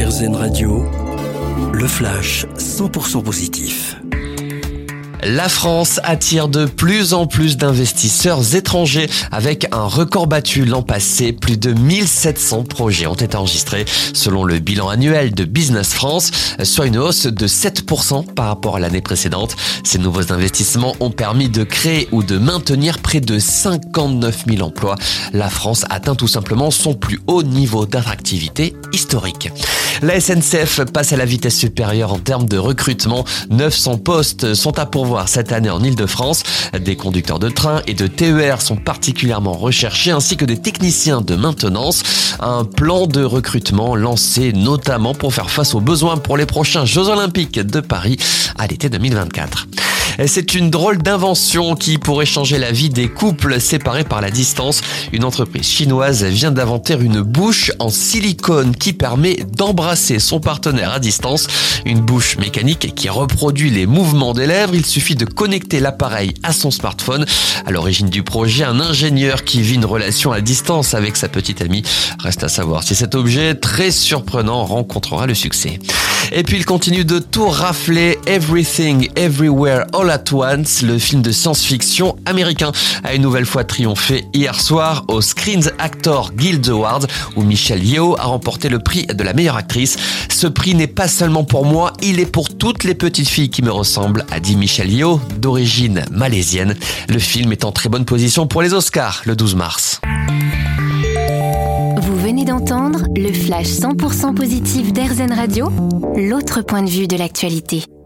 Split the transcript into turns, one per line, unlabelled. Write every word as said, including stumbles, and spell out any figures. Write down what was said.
RZN Radio, le flash cent pour cent positif.
La France attire de plus en plus d'investisseurs étrangers avec un record battu l'an passé. Plus de mille sept cents projets ont été enregistrés selon le bilan annuel de Business France, soit une hausse de sept pour cent par rapport à l'année précédente. Ces nouveaux investissements ont permis de créer ou de maintenir près de cinquante-neuf mille emplois. La France atteint tout simplement son plus haut niveau d'attractivité historique. La S N C F passe à la vitesse supérieure en termes de recrutement. neuf cents postes sont à pourvoir cette année en Île-de-France. Des conducteurs de train et de T E R sont particulièrement recherchés, ainsi que des techniciens de maintenance. Un plan de recrutement lancé notamment pour faire face aux besoins pour les prochains Jeux Olympiques de Paris à l'été deux mille vingt-quatre. C'est une drôle d'invention qui pourrait changer la vie des couples séparés par la distance. Une entreprise chinoise vient d'inventer une bouche en silicone qui permet d'embrasser son partenaire à distance. Une bouche mécanique qui reproduit les mouvements des lèvres. Il suffit de connecter l'appareil à son smartphone. À l'origine du projet, un ingénieur qui vit une relation à distance avec sa petite amie. Reste à savoir si cet objet très surprenant rencontrera le succès. Et puis il continue de tout rafler. Everything, Everywhere, All at Once, le film de science-fiction américain, a une nouvelle fois triomphé hier soir au Screen Actors Guild Awards, où Michelle Yeoh a remporté le prix de la meilleure actrice. Ce prix n'est pas seulement pour moi, il est pour toutes les petites filles qui me ressemblent, a dit Michelle Yeoh, d'origine malaisienne. Le film est en très bonne position pour les Oscars le douze mars.
Vous venez d'entendre le flash cent pour cent positif d'R Z N Radio, l'autre point de vue de l'actualité.